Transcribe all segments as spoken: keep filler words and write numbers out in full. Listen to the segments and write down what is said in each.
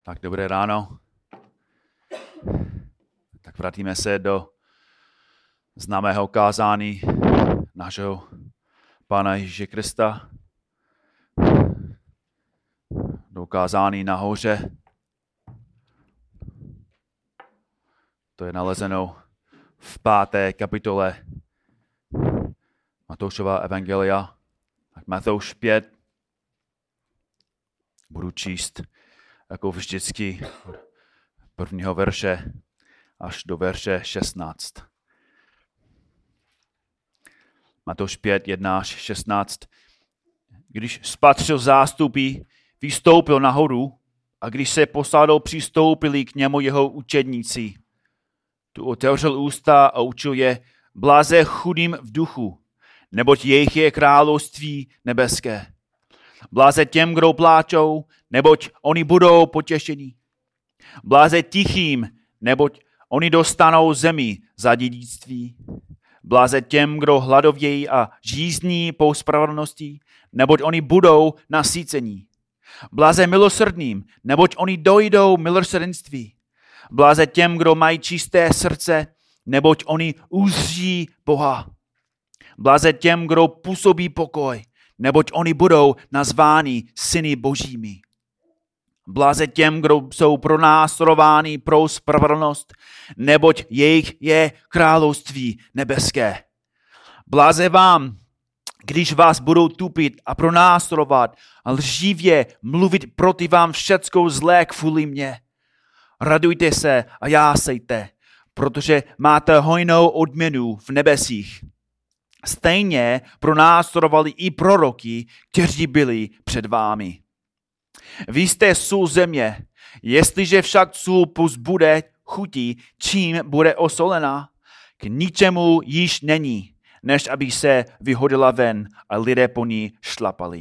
Tak dobré ráno. Tak vrátíme se do známého kázání našeho Pána Ježíše Krista. Do kázání nahoře. To je nalezeno v páté kapitole Matoušova evangelia. Tak Matouš pět. Budu číst jako vždycky od prvního verše až do verše šestnáct. Matouš pět, jedna až šestnáct. Když spatřil zástupy, vystoupil nahoru a když se posádal, přistoupili k němu jeho učedníci. Tu otevřel ústa a učil je, bláze chudým v duchu, neboť jejich je království nebeské. Bláze těm, kdo pláčou, neboť oni budou potěšení. Bláze tichým, neboť oni dostanou zemi za dědictví. Bláze těm, kdo hladovějí a žízní po spravedlnosti, neboť oni budou nasycení. Bláze milosrdným, neboť oni dojdou milosrdenství. Bláze těm, kdo mají čisté srdce, neboť oni uzří Boha. Bláze těm, kdo působí pokoj, neboť oni budou nazváni syny božími. Bláze těm, kdo jsou pronásledováni pro spravedlnost, neboť jejich je království nebeské. Bláze vám, když vás budou tupit a pronásledovat a lživě mluvit proti vám všecko zlé kvůli mně. Radujte se a jásejte, protože máte hojnou odměnu v nebesích. Stejně pronásledovali i proroky, kteří byli před vámi. Vy jste sůl země, jestliže však sůl pozbude chutí, čím bude osolena, k ničemu již není, než aby se vyhodila ven a lidé po ní šlapali.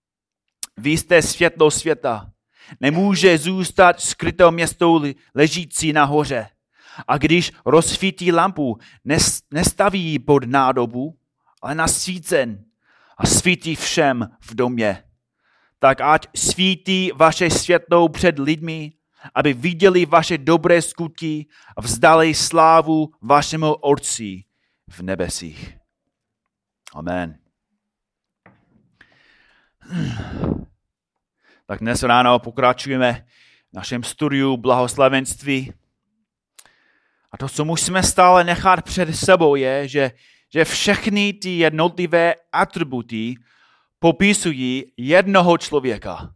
Vy jste světlo světa, nemůže zůstat skryté město ležící nahoře. A když rozsvítí lampu, nestaví ji pod nádobu, ale na svícen a svítí všem v domě. Tak ať svítí vaše světlo před lidmi, aby viděli vaše dobré skutky a vzdali slávu vašemu Otci v nebesích. Amen. Tak dnes ráno pokračujeme v našem studiu blahoslavenství. A to, co musíme stále nechat před sebou, je, že, že všechny ty jednotlivé atributy popisují jednoho člověka.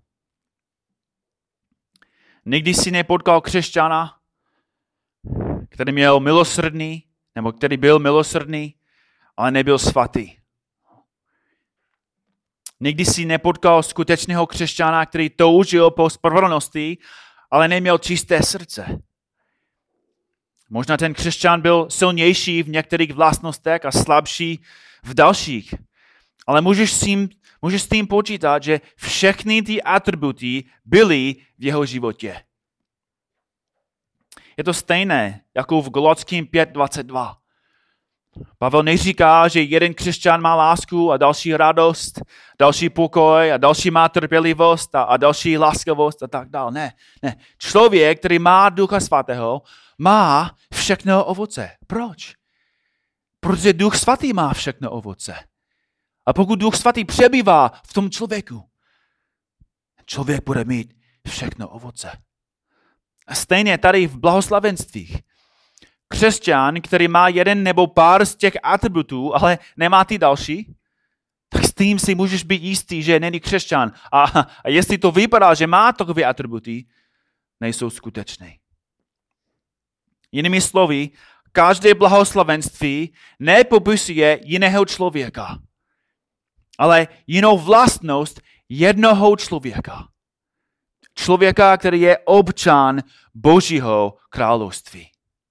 Nikdy si nepotkal křesťana, který měl milosrdný, nebo který byl milosrdný, ale nebyl svatý. Nikdy si nepotkal skutečného křesťana, který toužil po spravedlnosti, ale neměl čisté srdce. Možná ten křesťan byl silnější v některých vlastnostech a slabší v dalších. Ale můžeš s tím, můžeš s tím počítat, že všechny ty atributy byly v jeho životě. Je to stejné jako v Galackým pět dvacet dva. Pavel neříká, že jeden křesťan má lásku a další radost, další pokoj a další má trpělivost a, a další láskavost a tak dále. Ne, ne. Člověk, který má Ducha Svatého, má všechno ovoce. Proč? Protože Duch Svatý má všechno ovoce. A pokud Duch Svatý přebývá v tom člověku, člověk bude mít všechno ovoce. A stejně tady v blahoslavenstvích. Křesťan, který má jeden nebo pár z těch atributů, ale nemá ty další, tak s tím si můžeš být jistý, že není křesťan. A, a jestli to vypadá, že má takové atributy, nejsou skutečné. Jinými slovy, každé blahoslavenství nepopisuje jiného člověka, ale jinou vlastnost jednoho člověka. Člověka, který je občan Božího království.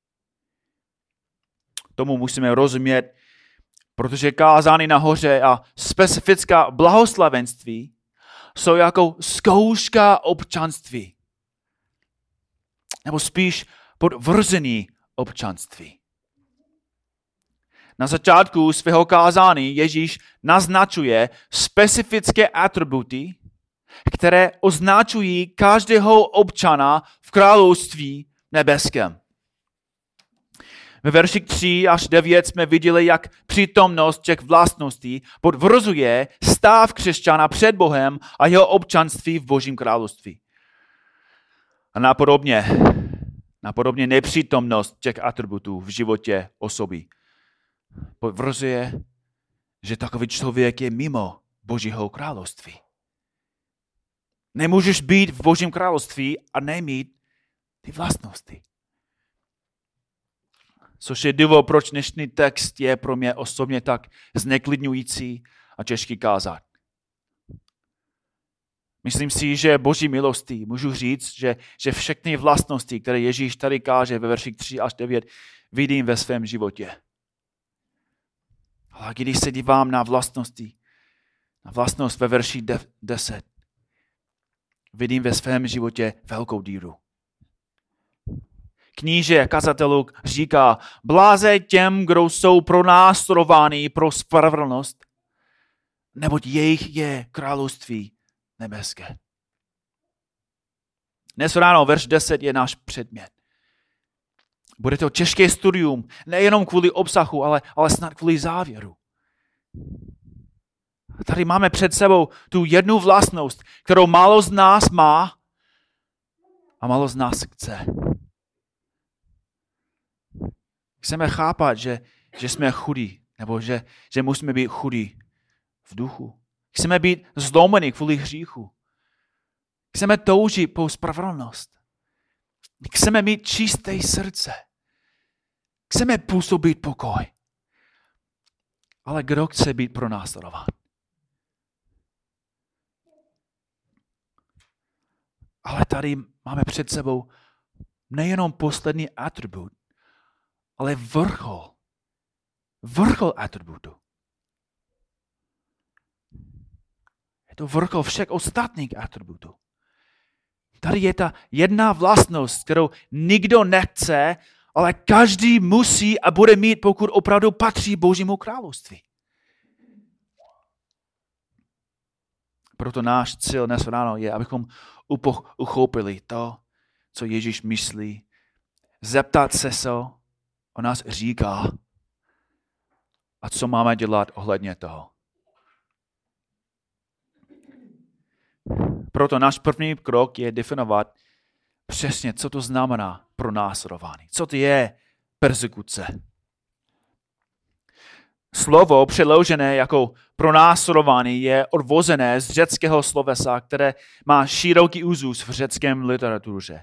Tomu musíme rozumět, protože kázání nahoře a specifická blahoslavenství jsou jako zkouška občanství. Nebo spíš podvrzený občanství. Na začátku svého kázání Ježíš naznačuje specifické atributy které označují každého občana v království nebeském. Ve verši tři až devět jsme viděli, jak přítomnost těch vlastností potvrzuje stav křesťana před Bohem a jeho občanství v Božím království. A napodobně, napodobně nepřítomnost těch atributů v životě osoby potvrzuje, že takový člověk je mimo Božího království. Nemůžeš být v Božím království a nemít ty vlastnosti. Což je důvod, proč dnešní text je pro mě osobně tak zneklidňující a těžký kázat. Myslím si, že Boží milostí můžu říct, že, že všechny vlastnosti, které Ježíš tady káže ve verších tři až devět, vidím ve svém životě. Ale když se dívám na vlastnosti, na vlastnost ve verši deset, vidím ve svém životě velkou díru. Kníže kazatelů říká, bláze těm, kdo jsou pronásledováni pro spravedlnost, neboť jejich je království nebeské. Dnes ráno verš deset je náš předmět. Bude to těžké studium, nejenom kvůli obsahu, ale, ale snad kvůli závěru. Tady máme před sebou tu jednu vlastnost, kterou málo z nás má a málo z nás chce. Chceme chápat, že, že jsme chudí, nebo že, že musíme být chudí v duchu. Chceme být zlomení kvůli hříchu. Chceme toužit po spravedlnost. Chceme mít čisté srdce. Chceme působit pokoj. Ale kdo chce být pronásledován? Ale tady máme před sebou nejenom poslední atribut, ale vrchol. Vrchol atributu. Je to vrchol všech ostatních atributů. Tady je ta jedna vlastnost, kterou nikdo nechce, ale každý musí a bude mít, pokud opravdu patří Božímu království. Proto náš cíl dnes ráno je, abychom uchopili to, co Ježíš myslí, zeptat se, co o nás říká a co máme dělat ohledně toho. Proto náš první krok je definovat přesně, co to znamená pronásledování. Co to je persekuce. Slovo přeložené jako pronásledování je odvozené z řeckého slovesa, které má široký úzus v řeckém literatuře.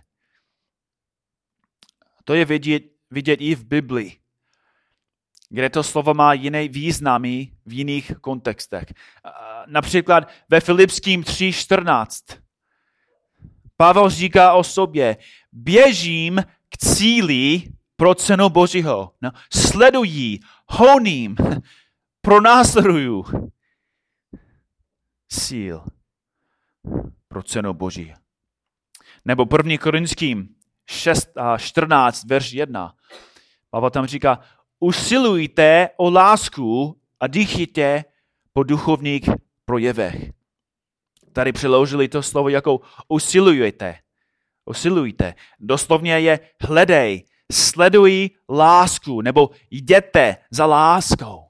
To je vidět, vidět i v Biblii, kde to slovo má jiné významy v jiných kontextech. Například ve Filipským tři čtrnáct. Pavel říká o sobě, běžím k cíli pro cenu Božího. No, sledují, honím, pronásleduju cíl pro cenu Boží. Nebo první Korinským šest a čtrnáct, verš jedna. Pavel tam říká, usilujte o lásku a dýchejte po duchovních projevech. Tady přeložili to slovo jako usilujete. Usilujte. Doslovně je hledej, sleduj lásku, nebo jděte za láskou.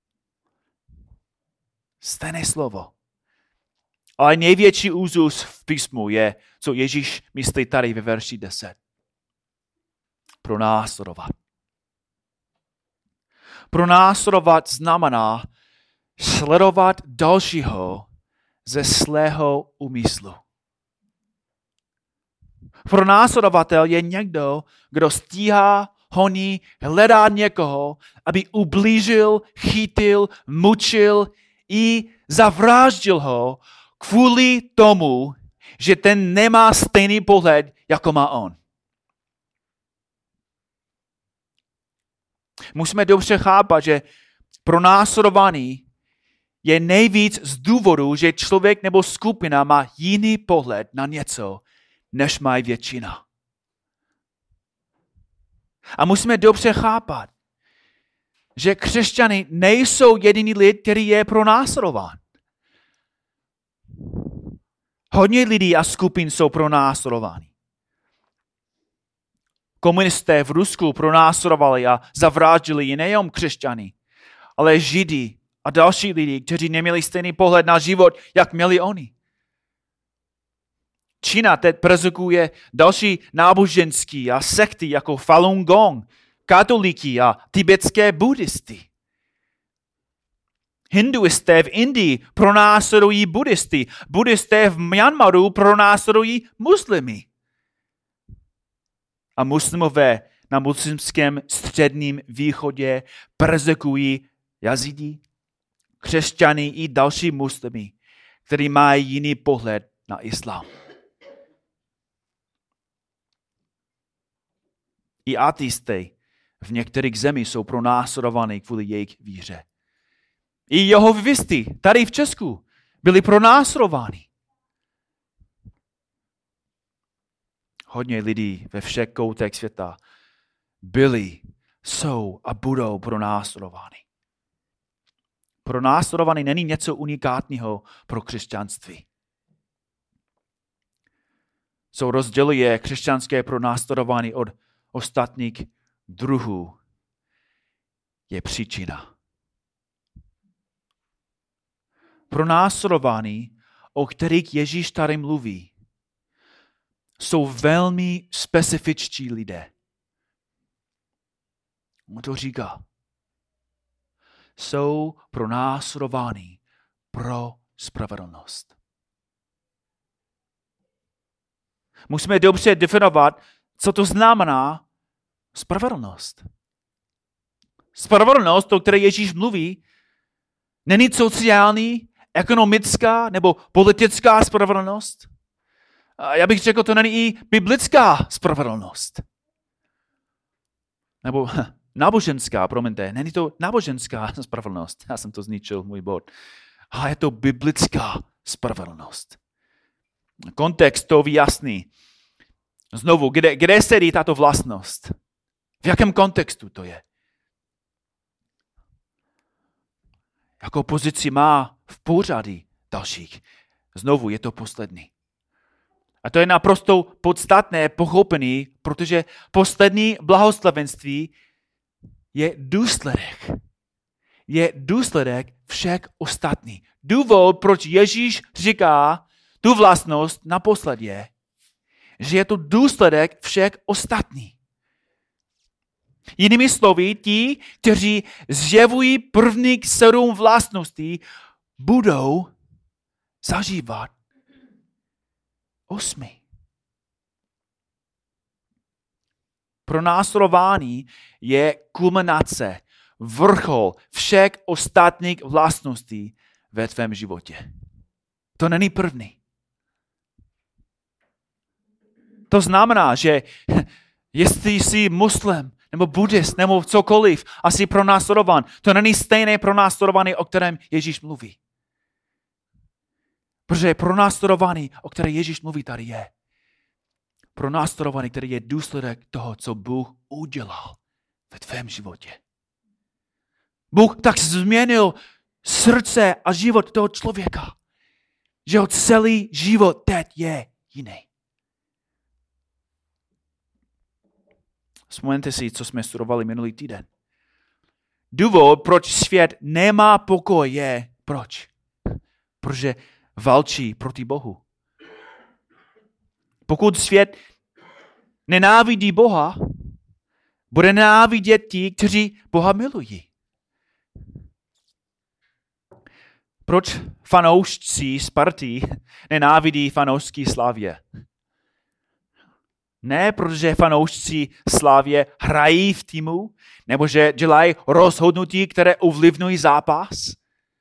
Stejné slovo. Ale největší úzus v písmu je, co Ježíš myslí tady ve verši deset. Pronásledovat. Pronásledovat znamená sledovat dalšího ze svého úmyslu. Pronásledovatel je někdo, kdo stíhá, honí, hledá někoho, aby ublížil, chytil, mučil i zavraždil ho kvůli tomu, že ten nemá stejný pohled, jako má on. Musíme dobře chápat, že pronásledování je nejvíc z důvodu, že člověk nebo skupina má jiný pohled na něco, než má většina. A musíme dobře chápat, že křesťané nejsou jediný lid, který je pronásledován. Hodně lidí a skupin jsou pronásledováni. Komunisté v Rusku pronásledovali a zavraždili nejen křesťany, ale Židy a další lidi, kteří neměli stejný pohled na život, jak měli oni. Čína teď perzekuje další náboženský a sekty jako Falun Gong, katolíky a tibetské buddhisty. Hinduisté v Indii pronásledují buddhisty, buddhisté v Myanmaru pronásledují muslimy. A muslimové na muslimském středním východě perzekují jazidi, křesťany i další muslimy, kteří mají jiný pohled na islám. I ateisté v některých zemích jsou pronásledovaní kvůli jejich víře. I jehovisty tady v Česku byli pronásledováni. Hodně lidí ve všech koutech světa byli, jsou a budou pronásledováni. Pronásledovaný není něco unikátního pro křesťanství. Co rozděluje křesťanské pronásledování od ostatních druhů, je příčina. Pronásledování, o kterých Ježíš tady mluví, jsou velmi specifičtí lidé. On to říká. Jsou pronásledováni pro spravedlnost. Musíme dobře definovat, co to znamená spravedlnost. Spravedlnost, o které Ježíš mluví, není sociální, ekonomická nebo politická spravedlnost. Já bych řekl, to není i biblická spravedlnost. Nebo náboženská, promiňte, není to náboženská spravedlnost. Já jsem to zničil, můj bod. Ale je to biblická spravedlnost. Kontext to vyjasní. Znovu, kde, kde sedí tato vlastnost? V jakém kontextu to je? Jakou pozici má v pořadí dalších? Znovu, je to poslední. A to je naprosto podstatné pochopení, protože poslední blahoslavenství je důsledek. Je důsledek všech ostatních. Důvod, proč Ježíš říká tu vlastnost naposled je, že je to důsledek všech ostatních. Jinými slovy, ti, kteří zjevují prvních sedm vlastností, budou zažívat osmi. Pronásledování je kulminace, vrchol všech ostatních vlastností ve tvém životě. To není první. To znamená, že jestli jsi muslim, nebo buddhist, nebo cokoliv a jsi pronásledovan, to není stejné pronásledování, o kterém Ježíš mluví. Protože pronásledování, o které Ježíš mluví, tady je. Pronásledování, který je důsledek toho, co Bůh udělal ve tvém životě. Bůh tak změnil srdce a život toho člověka, že jeho celý život teď je jiný. Vzpomeňte si, co jsme studovali minulý týden. Důvod, proč svět nemá pokoj, je proč? Protože válčí proti Bohu. Pokud svět nenávidí Boha, bude nenávidět ti, kteří Boha milují. Proč fanoušci Sparty nenávidí fanoušky Slavie? Ne, protože fanoušci Slavie hrají v týmu, nebo že dělají rozhodnutí, které ovlivňují zápas.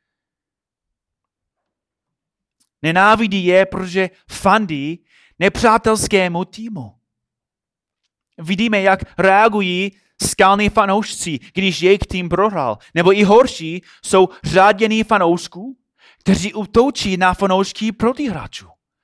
Nenávidí je, protože fandí nepřátelskému týmu. Vidíme, jak reagují skalní fanoušci, když jejich tým prohrál. Nebo i horší jsou řádění fanoušků, kteří útočí na fanoušky protihráčů.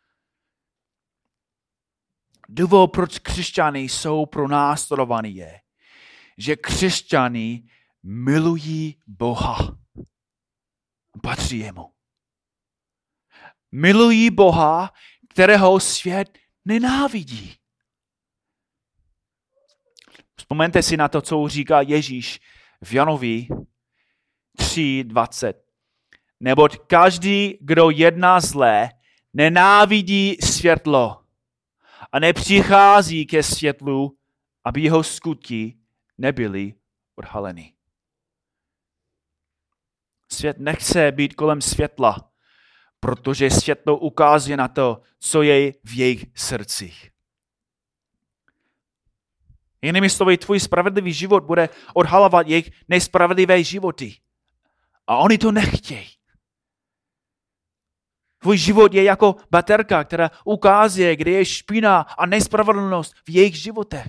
Důvod, proč křesťané jsou pronásledovaní, je, že křesťané milují Boha. Patří jemu. Milují Boha, kterého svět nenávidí. Vzpomeňte si na to, co říká Ježíš v Janovi tři dvacet. Neboť každý, kdo jedná zlé, nenávidí světlo a nepřichází ke světlu, aby jeho skutky nebyly odhaleny. Svět nechce být kolem světla, protože světlo ukazuje na to, co je v jejich srdcích. Jinými slovy, tvůj spravedlivý život bude odhalovat jejich nespravedlivé životy. A oni to nechtějí. Tvůj život je jako baterka, která ukazuje, kde je špína a nespravedlnost v jejich životech.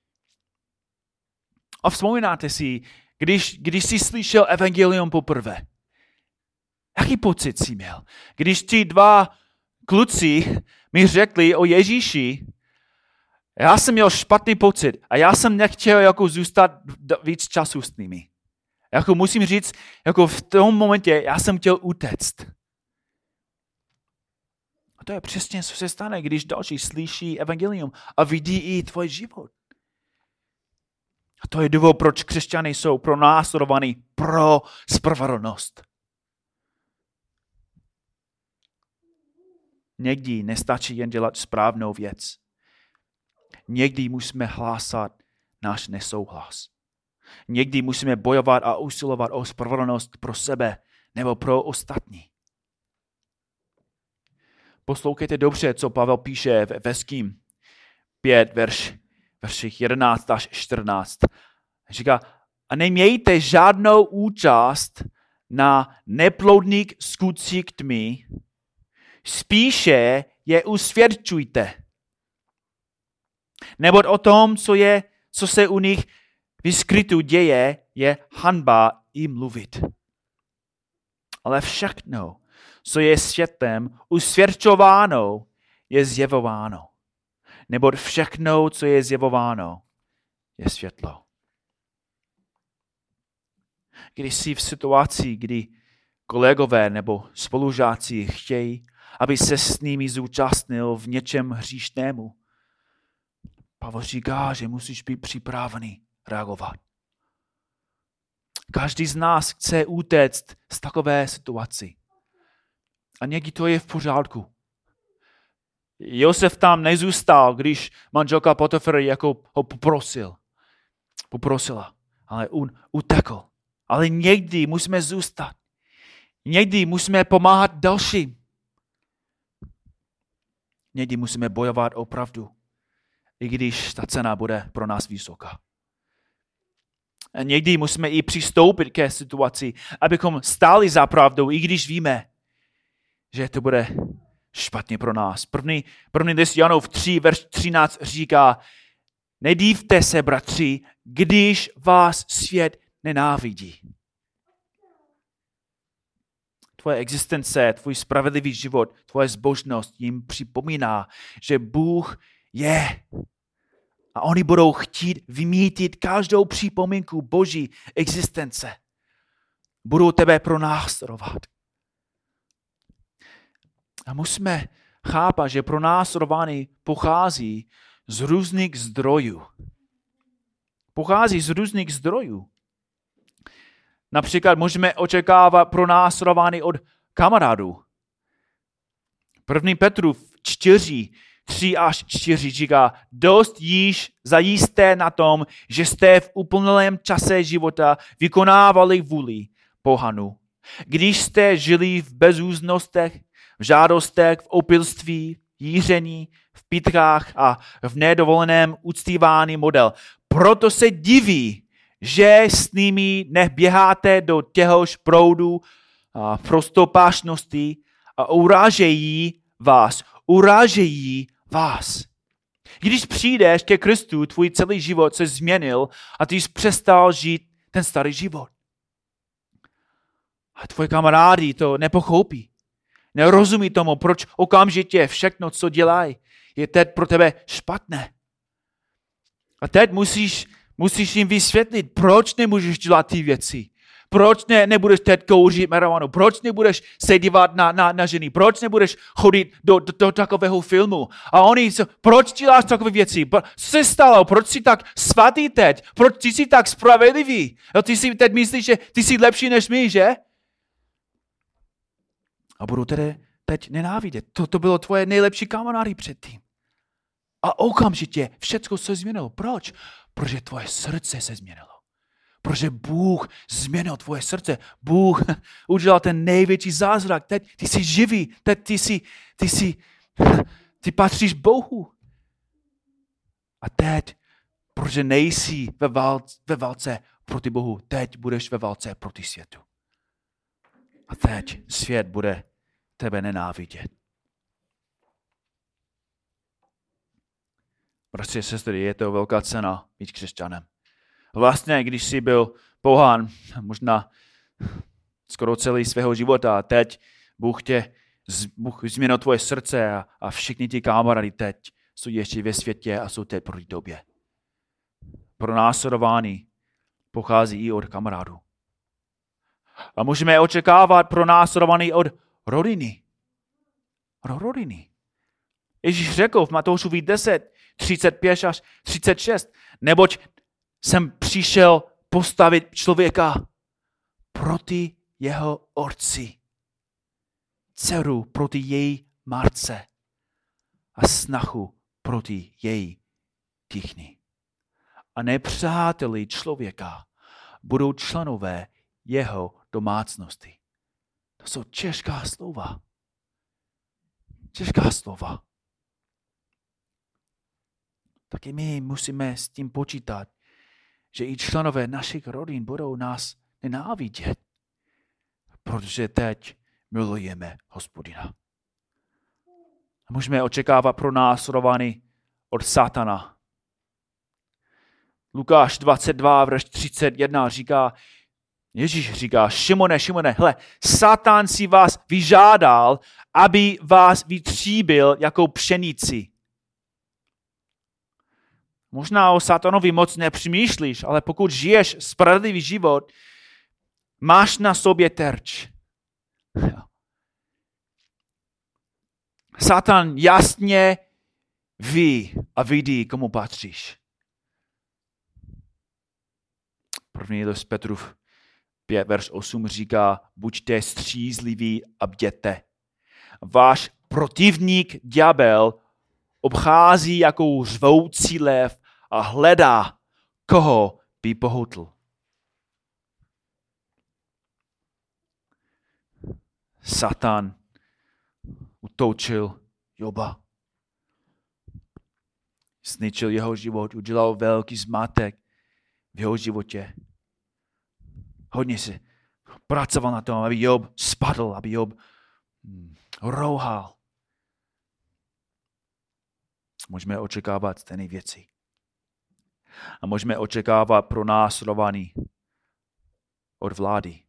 A vzpomínáte si, když, když jsi slyšel evangelium poprvé. Jaký pocit jsi měl? Když ti dva kluci mi řekli o Ježíši, já jsem měl špatný pocit a já jsem nechtěl jako zůstat víc času s nimi. Jako musím říct, jako v tom momentě já jsem chtěl utéct. A to je přesně, co se stane, když další slyší evangelium a vidí i tvůj život. A to je důvod, proč křesťané jsou pronásledovaní pro spravedlnost. Někdy nestačí jen dělat správnou věc. Někdy musíme hlásat náš nesouhlas. Někdy musíme bojovat a usilovat o spravedlnost pro sebe nebo pro ostatní. Poslouchejte dobře, co Pavel píše v Efeským pět, verš, verších jedenáct až čtrnáct. Říká, a nemějte žádnou účast na neplodných skutcích tmy, spíše je usvědčujte. Neboť o tom, co, je, co se u nich vyskrytu děje, je hanba i mluvit. Ale všechno, co je světem usvědčováno, je zjevováno. Neboť všechno, co je zjevováno, je světlo. Když jsi v situaci, kdy kolegové nebo spolužáci chtějí, aby se s nimi zúčastnil v něčem hříšnému, Pavel říká, že musíš být připravený reagovat. Každý z nás chce utéct z takové situaci. A někdy to je v pořádku. Josef tam nezůstal, když manželka Potifar jako ho poprosil. Poprosila, ale on utekl. Ale někdy musíme zůstat. Někdy musíme pomáhat dalším. Někdy musíme bojovat opravdu, i když ta cena bude pro nás vysoká. A někdy musíme i přistoupit ke situaci, abychom stáli za pravdou, i když víme, že to bude špatně pro nás. První, první list Janův tři, verš třináct říká, nedívte se, bratři, když vás svět nenávidí. Tvoje existence, tvůj spravedlivý život, tvoje zbožnost jim připomíná, že Bůh je. A oni budou chtít vymítit každou připomínku Boží existence. Budou tebe pronásledovat. A musíme chápat, že pronásledování pochází z různých zdrojů. Pochází z různých zdrojů. Například můžeme očekávat pronásledování od kamarádů. První Petrův čtyři, tři až čtyři říká, dost již zajisté na tom, že jste v úplném čase života vykonávali vůli pohanu. Když jste žili v bezúznostech, v žádostech, v opilství, jíření, v pitkách a v nedovoleném uctívání model. Proto se diví, že s nimi neběháte do těhož proudu a prostopášnosti a urážejí vás. Urážejí vás. Když přijdeš ke Kristu, tvůj celý život se změnil a ty jsi přestal žít ten starý život. A tvoje kamarádi to nepochopí. Nerozumí tomu, proč okamžitě všechno, co dělají, je teď pro tebe špatné. A teď musíš, musíš jim vysvětlit, proč nemůžeš dělat ty věci. Proč ne, nebudeš teď kouřit marihuanu? Proč nebudeš se dívat na, na, na ženy? Proč nebudeš chodit do, do, do takového filmu? A oni, proč děláš takové věci? Co se stalo? Proč jsi tak svatý teď? Proč ty jsi tak spravedlivý? Jo, ty si teď myslíš, že ty jsi lepší než my, že? A budu tedy teď nenávidět. To, to bylo tvoje nejlepší kamarády předtím. A okamžitě všechno se změnilo. Proč? Protože tvoje srdce se změnilo. Protože Bůh změnil tvoje srdce. Bůh udělal ten největší zázrak. Teď ty jsi živý. Teď ty jsi, ty jsi, ty patříš Bohu. A teď, protože nejsi ve, válce, ve válce proti Bohu, teď budeš ve válce proti světu. A teď svět bude tebe nenávidět. Bratři a sestry, je to velká cena být křesťanem. Vlastně, když jsi byl pohán, možná skoro celý svého života, a teď Bůh tě, Bůh změnil tvoje srdce a, a všichni ti kamarádi teď jsou ještě ve světě a jsou teď proti tobě. Pro následování pochází i od kamarádů. A můžeme očekávat pro následování od rodiny. Od rodiny. Ježíš řekl v Matoušovi deset, třicet pět až třicet šest, neboť jsem přišel postavit člověka proti jeho otci, dceru proti její matce a snachu proti její tichni. A nepřáteli člověka budou členové jeho domácnosti. To jsou těžká slova. Těžká slova. Taky my musíme s tím počítat, že i členové našich rodin budou nás nenávidět, protože teď milujeme Hospodina. A můžeme očekávat pronásledování od satana. Lukáš dvacet dva, verš třicet jedna říká, Ježíš říká, Šimone, Šimone, hele, Satan si vás vyžádal, aby vás vytříbil jako pšenici. Možná o Satanovi moc nepřemýšlíš, ale pokud žiješ spravedlivý život, máš na sobě terč. Satan jasně ví a vidí, komu patříš. První list Petrův pět, verš osm říká, buďte střízliví a bděte. Váš protivník ďábel obchází jako řvoucí lev a hledá, koho by pohutl. Satan utoučil Joba. Zničil jeho život, udělal velký zmatek v jeho životě. Hodně si pracoval na tom, aby Job spadl, aby Job rouhal. Můžeme očekávat stejné věci. A můžeme očekávat pronásledování od vlády.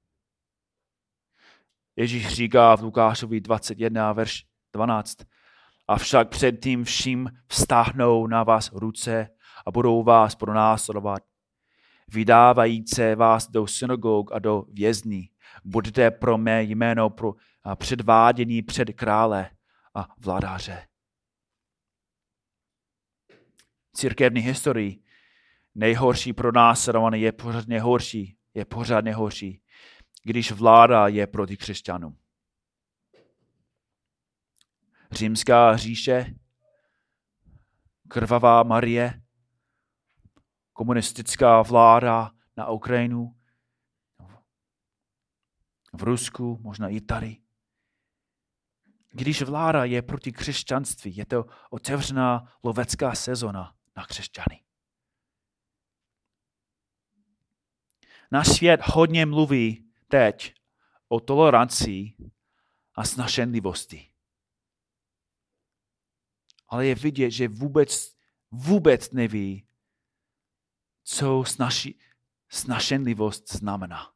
Ježíš říká v Lukášovi dvacet jedna, verš dvanáct. Avšak před tím vším vztáhnou na vás ruce a budou vás pronásledovat. Vydávajíce vás do synagog a do vězní. Budete pro mé jméno pro předvádění před krále a vládaře. Církevní historii nejhorší pronásledovaný je pořádně horší, je pořádně horší, když vláda je proti křesťanům. Římská říše, krvavá Marie, komunistická vláda na Ukrajinu, v Rusku, možná i tady. Když vláda je proti křesťanství, je to otevřená lovecká sezona na křesťany. Náš svět hodně mluví teď o toleranci a snašenlivosti. Ale je vidět, že vůbec, vůbec neví, co snaši, snašenlivost znamená.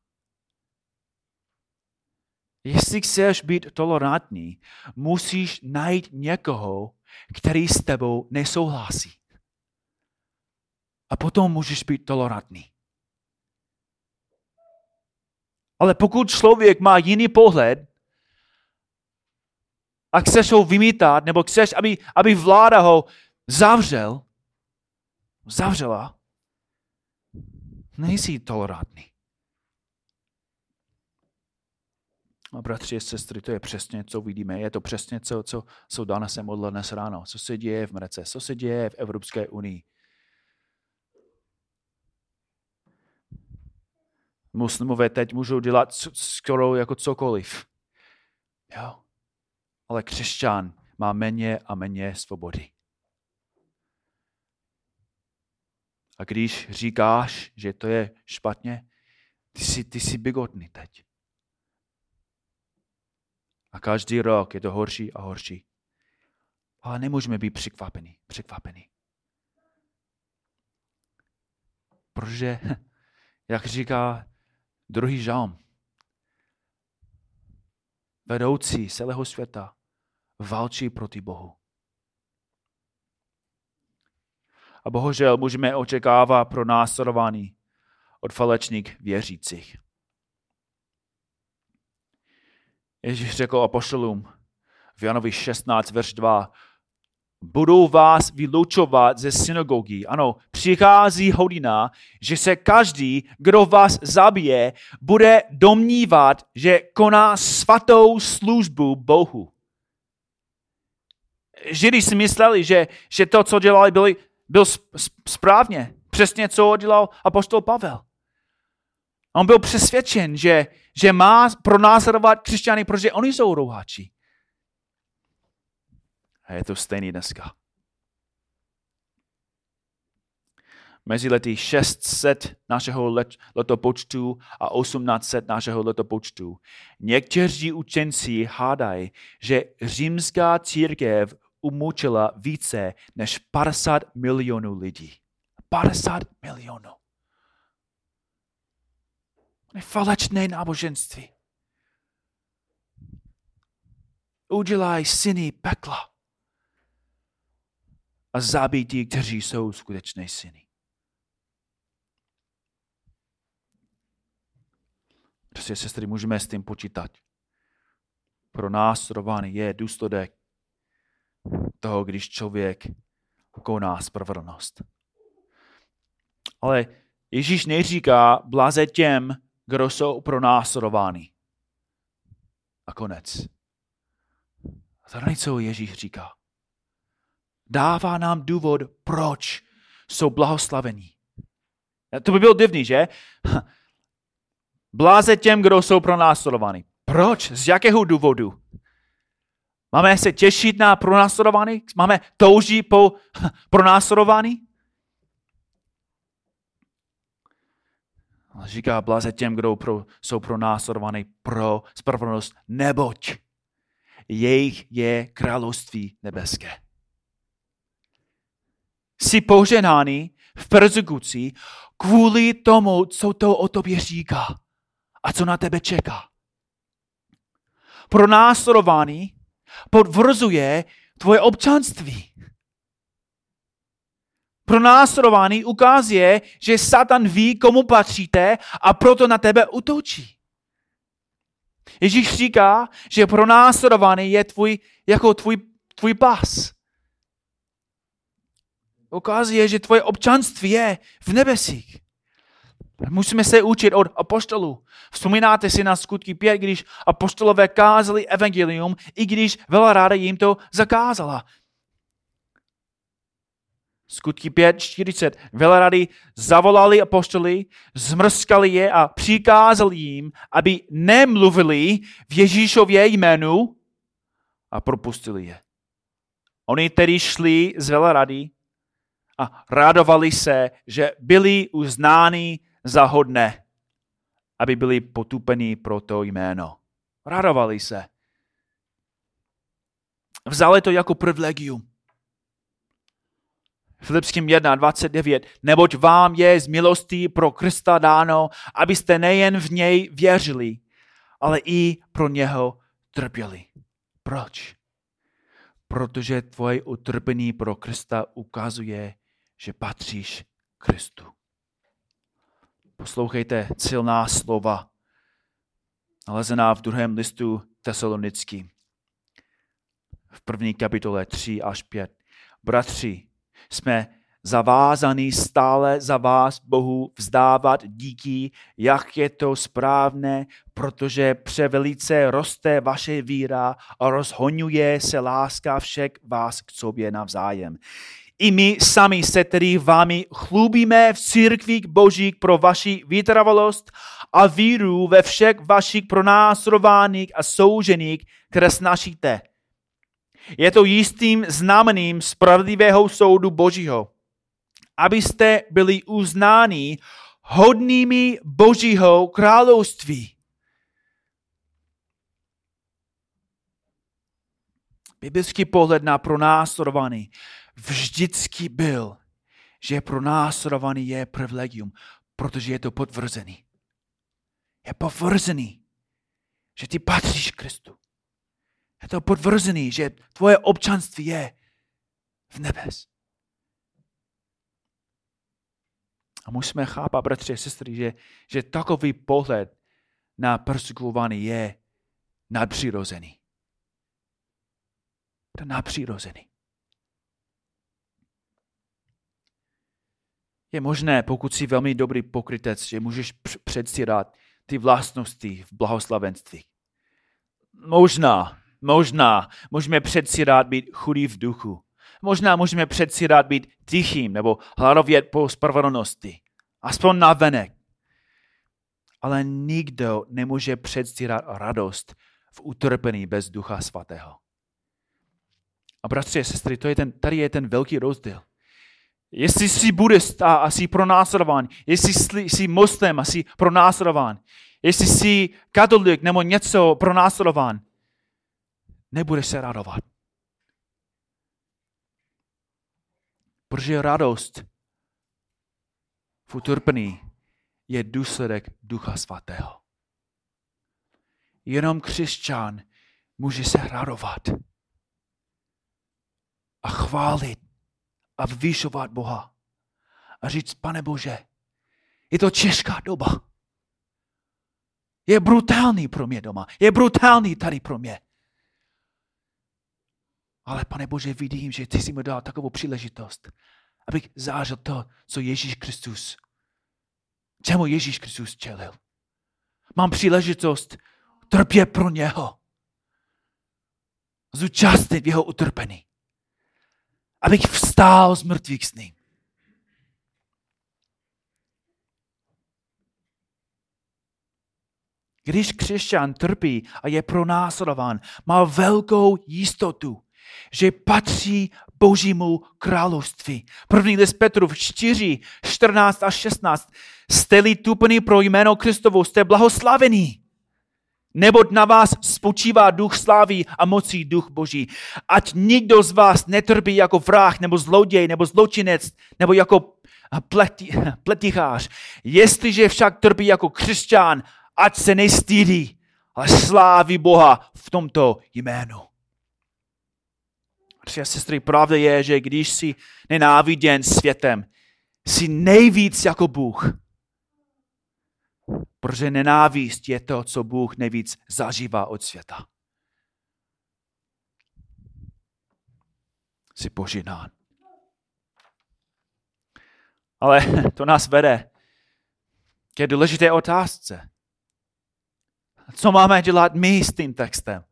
Jestli chceš být tolerantní, musíš najít někoho, který s tebou nesouhlasí. A potom můžeš být tolerantní. Ale pokud člověk má jiný pohled a chceš ho vymítat, nebo chceš, aby, aby vláda ho zavřel, zavřela, nejsi tolerantní. A bratři a sestry, to je přesně, co vidíme. Je to přesně, co, co, co Dana se modlila dnes ráno. Co se děje v Mrece, co se děje v Evropské unii. Muslimové teď můžou dělat skoro jako cokoliv. Jo. Ale křesťan má méně a méně svobody. A když říkáš, že to je špatně, ty jsi, ty jsi bigotný teď. A každý rok je to horší a horší. Ale nemůžeme být překvapení. překvapení. Protože, jak říká druhý žalm, vedoucí celého světa válčí proti Bohu. A bohužel můžeme očekávat pro následování od falešných věřících. Ježíš řekl apoštolům v Janovi šestnáct, verš dva, budou vás vylučovat ze synagogy. Ano, přichází hodina, že se každý, kdo vás zabije, bude domnívat, že koná svatou službu Bohu. Židi si mysleli, že, že to, co dělali, byli, byl správně. Přesně, co dělal apoštol Pavel. On byl přesvědčen, že, že má pronásledovat křesťany, protože oni jsou rouhači. A je to stejný dneska. Mezi lety šest set našeho let, letopočtu a osmnáct set našeho letopočtu někteří učenci hádají, že římská církev umučila více než padesát milionů lidí. padesát milionů. Falešné náboženství. Udělají syny pekla a zabij ti, kteří jsou skutečné syny. Prostě sestry, můžeme s tím počítat. Pro následování je důsledek toho, když člověk koná spravedlnost. Ale Ježíš neříká blaze těm, kdo jsou pronásledováni. A konec. To není, co Ježíš říká. Dává nám důvod, proč jsou blahoslavení. To by bylo divný, že? Bláze těm, kdo jsou pronásledováni. Proč? Z jakého důvodu? Máme se těšit na pronásledování? Máme toužit po pronásledování? Říká bláze těm, kdo pro, jsou pronásledovaní pro spravedlnost, neboť jejich je království nebeské. Jsi poženáný v persekuci kvůli tomu, co to o tobě říká a co na tebe čeká. Pronásledování potvrzuje tvoje občanství. Pronásledování ukazuje, že Satan ví, komu patříte a proto na tebe útočí. Ježíš říká, že pronásledování je tvůj, jako tvůj, tvůj pas. Ukazuje, že tvoje občanství je v nebesích. Musíme se učit od apoštolů. Vzpomínáte si na skutky pět, když apoštolové kázali evangelium, i když velrada jim to zakázala. Skutky pět čtyřicet. Velrady zavolali apoštoly, zmrskali je a přikázali jim, aby nemluvili v Ježíšově jménu a propustili je. Oni tedy šli z velrady a radovali se, že byli uznáni za hodné, aby byli potupeni pro to jméno. Radovali se. Vzali to jako privilegium. Filipským jedna dvacet devět. Neboť vám je z milosti pro Krista dáno, abyste nejen v něj věřili, ale i pro něho trpěli. Proč? Protože tvoje utrpení pro Krista ukazuje, že patříš Kristu. Poslouchejte silná slova nalezená v druhém listu Tesalonickým, v první kapitole tři až pět. Bratři, jsme zavázaný stále za vás Bohu vzdávat díky, jak je to správné, protože převelice roste vaše víra a rozhoňuje se láska všech vás k sobě navzájem. I my sami se tedy vámi chlubíme v církvi božích pro vaši vytrvalost a víru ve všech vašich pronásledovaných a soužených, které snažíte. Je to jistým znamením spravedlivého soudu Božího, abyste byli uznáni hodnými Božího království. Biblický pohled na pronásledovaný vždycky byl, že pronásledovaný je privilegium, protože je to potvrzený. Je potvrzený, že ty patříš Kristu. Je to potvrzený, že tvoje občanství je v nebes. A musíme chápat, bratři a sestry, že, že takový pohled na persekuovaný je nadpřirozený. To nadpřirozený. Je možné, pokud jsi velmi dobrý pokrytec, že můžeš předstírat ty vlastnosti v blahoslavenství. Možná, možná můžeme předstírat být chudý v duchu. Možná můžeme předstírat být tichým nebo hladovět po spravedlnosti. Aspoň navenek. Ale nikdo nemůže předstírat radost v utrpení bez Ducha Svatého. A bratři a sestry, to je ten, tady je ten velký rozdíl. Jestli jsi buddhista a jsi pronásledován, jestli jsi muslim a jsi pronásledován, jestli jsi katolik nebo něco pronásledován, nebudeš se radovat. Protože radost v utrpení je důsledek Ducha Svatého. Jenom křesťan může se radovat a chválit a vyvyšovat Boha a říct, Pane Bože, je to těžká doba. Je brutální pro mě doma. Je brutální tady pro mě. Ale Pane Bože, vidím, že ty jsi mi dal takovou příležitost, abych zažil to, co Ježíš Kristus, čemu Ježíš Kristus čelil. Mám příležitost trpět pro něho. Zúčastnit jeho utrpení. Abych vstál z mrtvých s ním. Když křesťan trpí a je pronásledován, má velkou jistotu, že patří Božímu království. První list Petrův čtyři, čtrnáct a šestnáct. Jste-li tupení pro jméno Kristovo, jste blahoslavení. Neboť na vás spočívá duch slávy a mocí duch Boží. Ať nikdo z vás netrpí jako vrah, nebo zloděj, nebo zločinec, nebo jako pleti, pletichář. Jestliže však trpí jako křesťan, ať se nestydí, ale sláví Boha v tomto jménu. Tři a sestry, pravda je, že když jsi nenáviděn světem, jsi nejvíc jako Bůh. Protože nenávist je to, co Bůh nejvíc zažívá od světa. Jsi požehnán. Ale to nás vede k důležité otázce. Co máme dělat my s tím textem?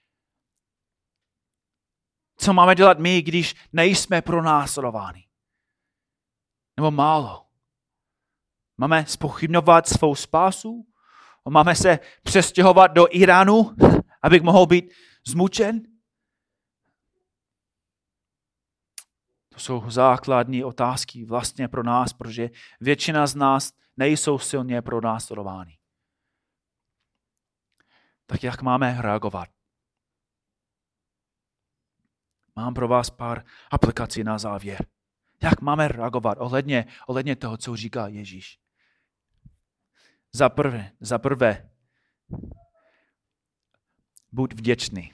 Co máme dělat my, když nejsme pronásledováni? Nebo málo? Máme zpochybňovat svou spásu? Máme se přestěhovat do Iránu, abych mohl být zmučen? To jsou základní otázky vlastně pro nás, protože většina z nás nejsou silně pronásledováni. Tak jak máme reagovat? Mám pro vás pár aplikací na závěr. Jak máme reagovat ohledně, ohledně toho, co říká Ježíš? Za prvé, za prvé, buď vděčný.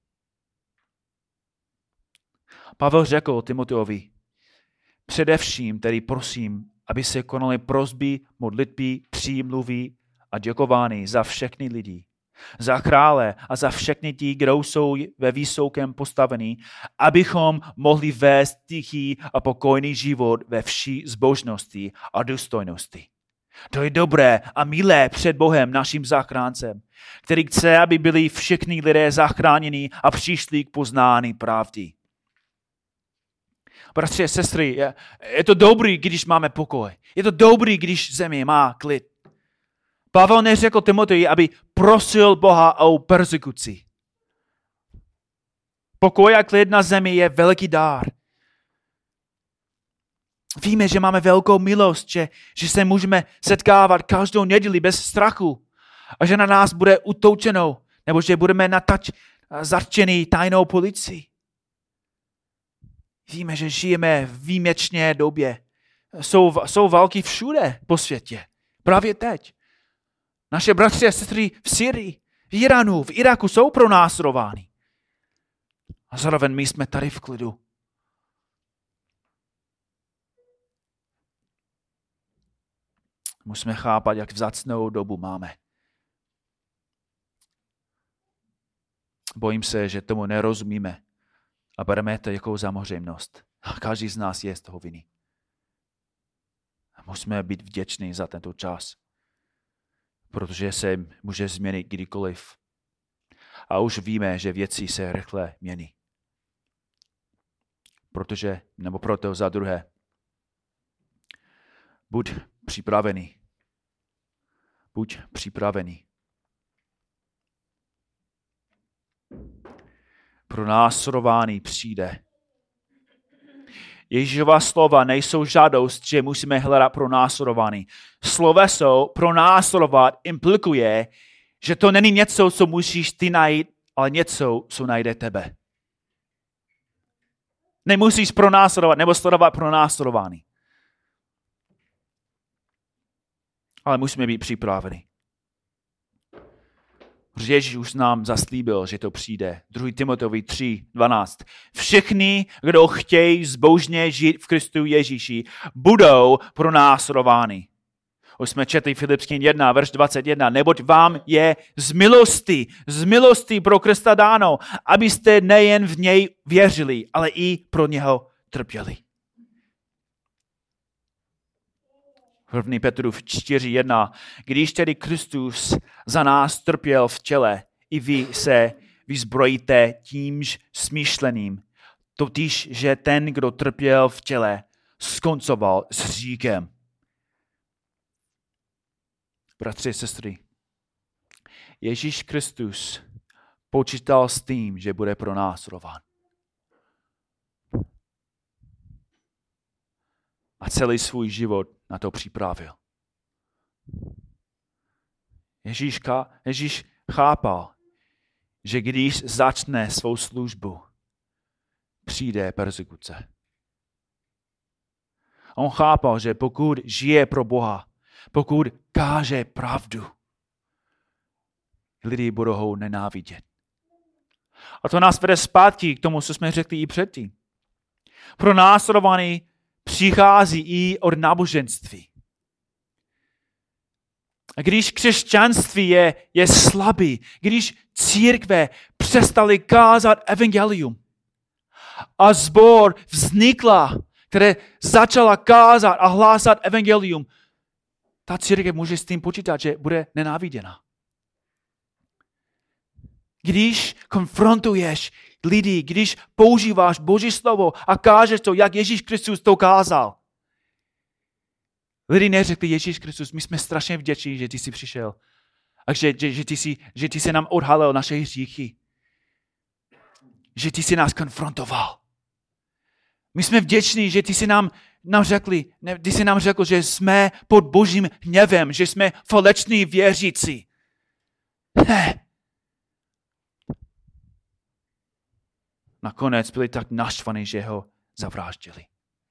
Pavel řekl Timoteovi, především tedy prosím, aby se konaly prosby, modlitby, přímluvy a děkování za všechny lidi. za krále a za všechny ti, kdo jsou ve vysokém postavení, abychom mohli vést tichý a pokojný život ve vší zbožnosti a důstojnosti. To je dobré a milé před Bohem, naším záchráncem, který chce, aby byli všichni lidé zachráněni a přišli k poznání pravdy. Bratři a sestry, je, je to dobrý, když máme pokoj. Je to dobrý, když země má klid. Pavel neřekl Timoteji, aby prosil Boha o persekuci. Pokoj a klid na zemi je veliký dár. Víme, že máme velkou milost, že, že se můžeme setkávat každou neděli bez strachu a že na nás bude utoučeno, nebo že budeme natač, zatčeni tajnou policií. Víme, že žijeme v výjimečné době. Jsou, jsou války všude po světě. Právě teď. Naše bratři a sestry v Syrii, v Iránu, v Iraku jsou pronásledováni. A zároveň my jsme tady v klidu. Musíme chápat, jak vzácnou dobu máme. Bojím se, že tomu nerozumíme a bereme to jako samozřejmost. A každý z nás je z toho vinný. Musíme být vděční za tento čas, protože se může změnit kdykoliv. A už víme, že věci se rychle mění. Protože, nebo proto za druhé, buď připravený. Buď připravený. Pronásledování přijde. Ježíšova slova nejsou žádost, že musíme hledat pronásledování. Sloveso pronásledovat implikuje, že to není něco, co musíš ty najít, ale něco, co najde tebe. Nemusíš pronásledovat nebo sledovat pronásledování. Ale musíme být připraveni. Protože Ježíš už nám zaslíbil, že to přijde. druhý Timoteovi tři dvanáct. Všichni, kdo chtějí zbožně žít v Kristu Ježíši, budou pronásledováni. Už jsme četli Filipským jedna, verš dvacet jedna. Neboť vám je z milosti, z milosti pro Krista dáno, abyste nejen v něj věřili, ale i pro něho trpěli. první Petrův čtyři jedna. Když tedy Kristus za nás trpěl v těle, i vy se vyzbrojíte tímž smýšlením, totiž, že ten, kdo trpěl v těle, skoncoval s hříchem. Bratři a sestry, Ježíš Kristus počítal s tím, že bude pronásledován. A celý svůj život na to připravil. Ježíš, Ježíš chápal, že když začne svou službu, přijde persekuce. On chápal, že pokud žije pro Boha, pokud káže pravdu, lidi budou ho nenávidět. A to nás vede zpátky k tomu, co jsme řekli i předtím. Pronásledovaný přichází i od náboženství. A když křesťanství je, je slabý, když církve přestaly kázat evangelium a sbor vznikla, které začala kázat a hlásat evangelium, ta církev může s tím počítat, že bude nenáviděna. Když konfrontuješ lidi, když používáš Boží slovo a kážeš to, jak Ježíš Kristus to kázal. Lidi neřekli, Ježíš Kristus, my jsme strašně vděční, že ty jsi přišel. A že, že, že, ty, jsi, že ty jsi nám odhalil naše hříchy. Že ty jsi nás konfrontoval. My jsme vděční, že ty jsi nám, nám řekli, ne, ty jsi nám řekl, že jsme pod Božím hněvem, že jsme faleční věřící. Ne. Nakonec byli tak naštvaní, že ho zavraždili.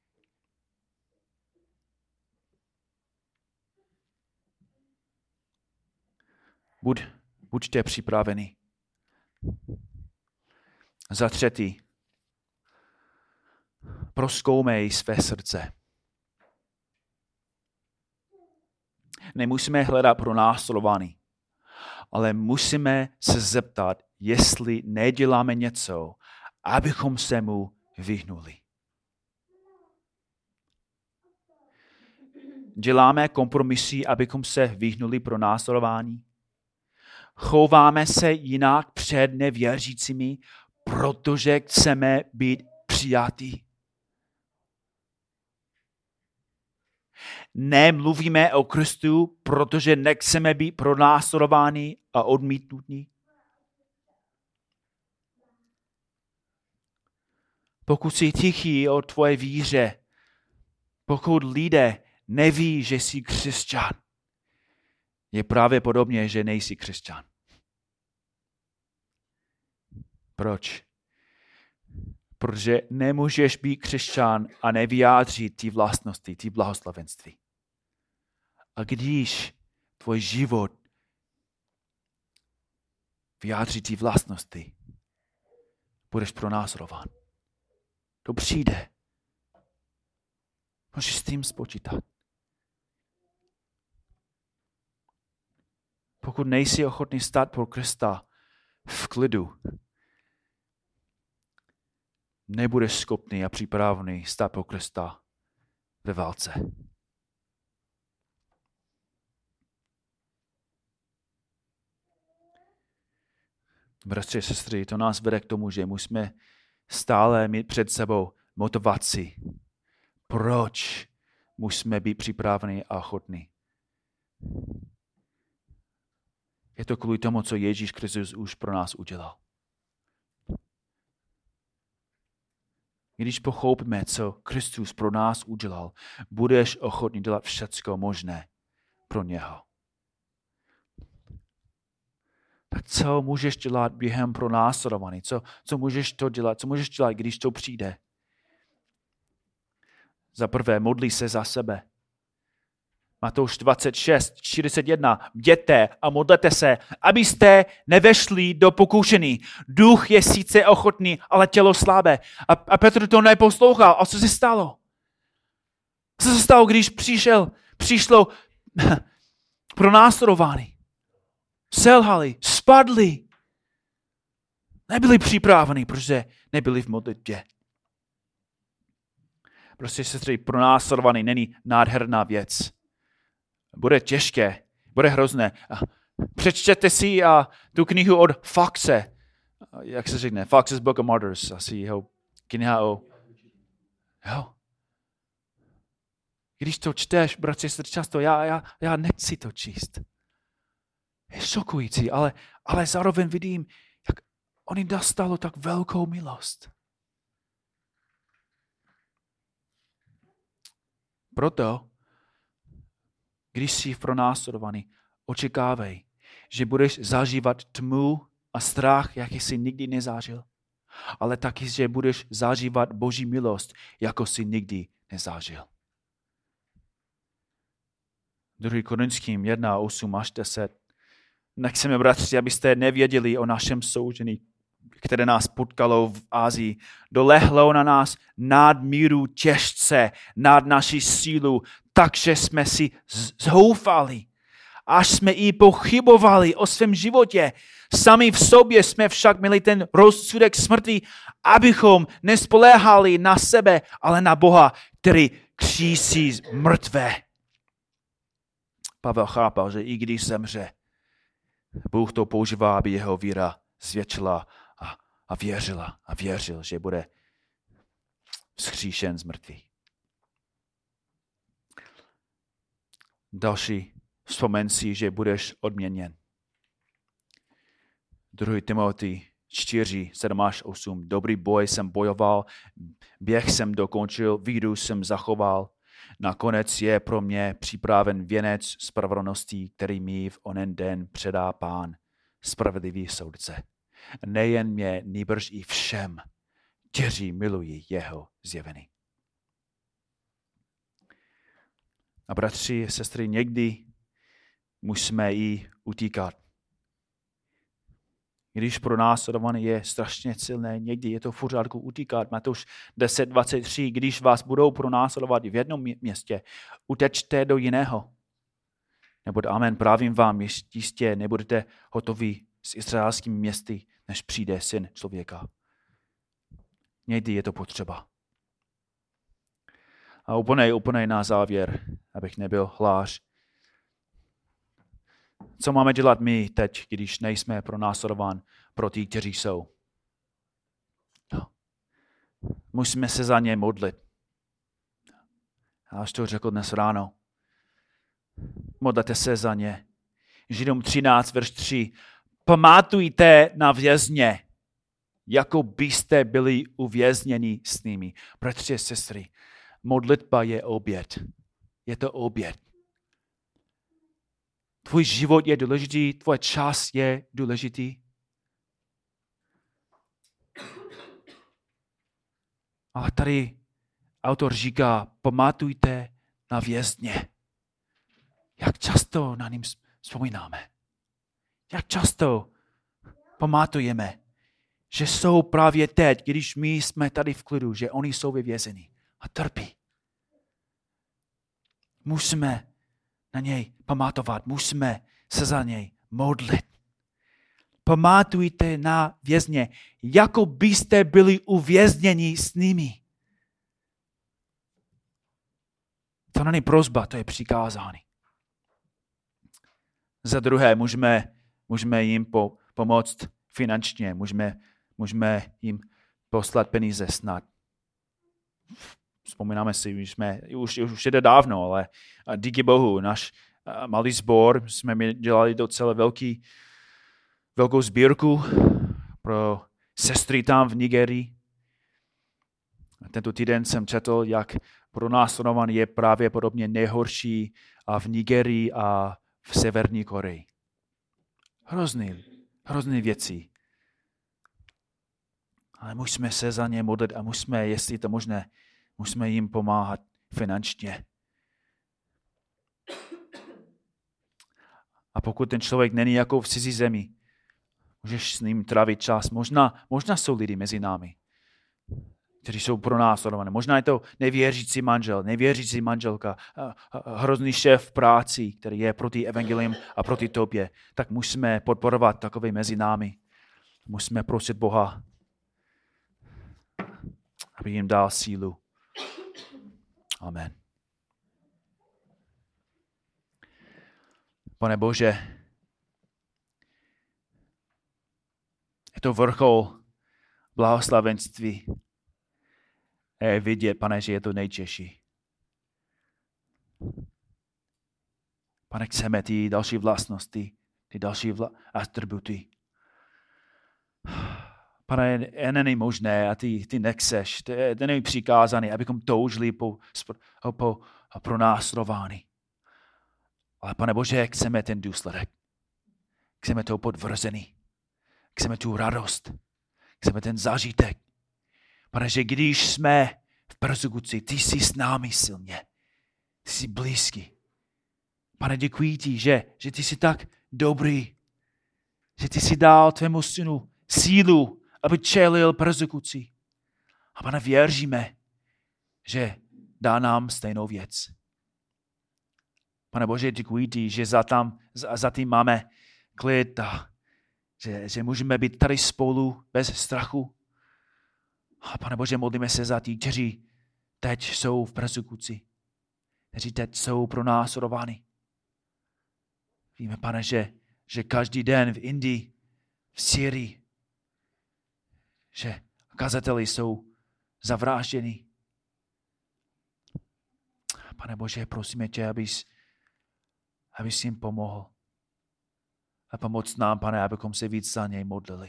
Buď, buďte připraveni. Za třetí, prozkoumej své srdce. Nemusíme hledat pronásledování, ale musíme se zeptat, jestli neděláme něco, abychom se mu vyhnuli. Děláme kompromisy, abychom se vyhnuli pro následování. Chováme se jinak před nevěřícími, protože chceme být přijatí. Nemluvíme o Kristu, protože nechceme být pronásledováni a odmítnutí. Pokud jsi tichý o tvoje víře, pokud lidé neví, že jsi křesťan, je pravděpodobně, že nejsi křesťan. Proč? Protože nemůžeš být křesťan a nevyjádřit ty vlastnosti, ty blahoslavenství. A když tvůj život vyjádří ty vlastnosti, budeš pronásledován. To přijde. Můžeš s tím spočítat. Pokud nejsi ochotný stát pro Krista v klidu, nebudeš schopný a připravený stát pro Krista ve válce. Bratři a sestry, to nás vede k tomu, že musíme stále mít před sebou motivaci. Proč musíme být připraveni a ochotní? Je to kvůli tomu, co Ježíš Kristus už pro nás udělal. Když pochopíme, co Kristus pro nás udělal, budeš ochotný dělat všecko možné pro něho. Tak co můžeš dělat během pronásledování? Co, co můžeš to dělat? Co můžeš dělat, když to přijde? Za prvé, modlí se za sebe. Matouš dvacet šest čtyřicet jedna. Bděte a modlete se, abyste nevešli do pokušení. Duch je sice ochotný, ale tělo slabé. A, a Petr to neposlouchal. A co se stalo? Co se stalo, když přišel, přišlo pronásledování? Selhali, spadli. Nebyli připraveni, protože nebyli v modlitbě. Prostě sestry, pronásledování není nádherná věc. Bude těžké, bude hrozné. Přečtěte si a, tu knihu od Foxe. Jak se řekne? Fox's Book of Martyrs. Asi jeho kniha o... Jo. Když to čteš, bratři, často, já, já, já nechci to číst. Je šokující, ale, ale zároveň vidím, jak oni dostalo tak velkou milost. Proto, když jsi pronásledovaný, očekávej, že budeš zažívat tmu a strach, jaký jsi nikdy nezažil, ale taky, že budeš zažívat Boží milost, jako jsi nikdy nezažil. druhý Korinským jedna, osm až deset. Nechceme, bratři, abyste nevěděli o našem soužení, které nás potkalo v Asii. Dolehlo na nás nadmíru těžce, nad naši sílu, takže jsme si zhoufali. Až jsme i pochybovali o svém životě. Sami v sobě jsme však měli ten rozsudek smrti, abychom nespoléhali na sebe, ale na Boha, který křísí mrtvé. Pavel chápal, že i když zemře, Bůh to používá, aby jeho víra zvětšila a, a věřila a věřil, že bude vzkříšen z mrtvých. Další, vzpomeň si, že budeš odměněn. druhý Timotej čtyři, sedm až osm. Dobrý boj jsem bojoval, běh jsem dokončil, víru jsem zachoval. Nakonec je pro mě připraven věnec spravedlnosti, který mi v onen den předá Pán, spravedlivý soudce. Nejen mě, nýbrž i všem, kteří milují jeho zjevení. A bratři, sestry, někdy musíme i utíkat. Když pronásledování je strašně silné, někdy je to v pořádku utíkat. Matouš deset dvacet tři, když vás budou pronásledovat v jednom městě, utečte do jiného. Nebo amen, právím vám, jistě nebudete hotoví s izraelskými městy, než přijde Syn člověka. Někdy je to potřeba. A úplně, úplně na závěr, abych nebyl hlář. Co máme dělat my teď, když nejsme pronásledován pro ty, kteří jsou? No. Musíme se za ně modlit. Já už to řekl dnes ráno. Modlete se za ně. Židům třináct, verš tři. Pamatujte na vězně, jako byste byli uvězněni s nimi. Bratři a sestry, modlitba je oběd. Je to oběd. Tvůj život je důležitý, tvůj čas je důležitý. Ale tady autor říká, pamatujte na vězně. Jak často na ním vzpomínáme? Jak často pamatujeme, že jsou právě teď, když my jsme tady v klidu, že oni jsou vyvězeni a trpí. Musíme na něj pamatovat, musíme se za něj modlit. Pamatujte na vězně, jako byste byli uvězněni s nimi. To není prosba, to je přikázání. Za druhé, můžeme, můžeme jim po, pomoct finančně, můžeme, můžeme jim poslat peníze snad. Vzpomínáme si, už, jsme, už, už je to dávno, ale díky Bohu, náš malý sbor, jsme dělali docela velký, velkou sbírku pro sestry tam v Nigerii. Tento týden jsem četl, jak pronásledovaný je právě podobně nejhorší a v Nigerii a v Severní Koreji. Hrozný, hrozný věci. Ale musíme se za ně modlit a musíme, jestli to možné, musíme jim pomáhat finančně. A pokud ten člověk není jako v cizí zemi, můžeš s ním trávit čas. Možná, možná jsou lidi mezi námi, kteří jsou pronásledovaní. Možná je to nevěřící manžel, nevěřící manželka, hrozný šéf v práci, který je proti evangelium a proti tobě. Tak musíme podporovat takové mezi námi. Musíme prosit Boha, aby jim dal sílu. Amen. Pane Bože, je to vrchol blahoslavenství. Je vidět, Pane, že je to nejtěžší. Pane, chceme ty další vlastnosti, ty další vla- atributy. Pane, je není možné a ty, ty nechceš, to je, to není přikázaný, abychom toužili po, po, po pronásledování. Ale Pane Bože, chceme ten důsledek. Chceme to potvrzený. Chceme tu radost. Chceme ten zážitek. Pane, že když jsme v persekuci, ty jsi s námi silně. Ty jsi blízký. Pane, děkuji ti, že, že ty jsi tak dobrý. Že ty jsi dal tvému synu sílu, aby čelil persekuci. A Pane, věříme, že dá nám stejnou věc. Pane Bože, děkuji ti, že za, tam, za, za tím máme klid a že, že můžeme být tady spolu bez strachu. A Pane Bože, modlíme se za tí, kteří teď jsou v persekuci, kteří teď jsou pronásledováni. Víme, Pane, že, že každý den v Indii, v Syrii, že kazateli jsou zavražděni. Pane Bože, prosíme tě, abys, abys jim pomohl. A pomoc nám, Pane, abychom se víc za něj modlili.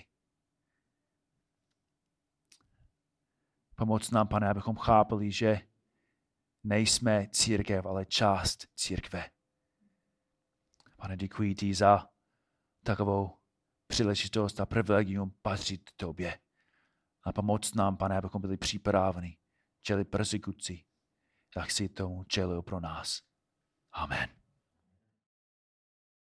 Pomoc nám, Pane, abychom chápali, že nejsme církev, ale část církve. Pane, děkuji ti za takovou příležitost a privilegium patřit tobě. A pomoc nám, Pane, abychom byli připraveni čelit persekuci, jak si tomu čelil pro nás. Amen.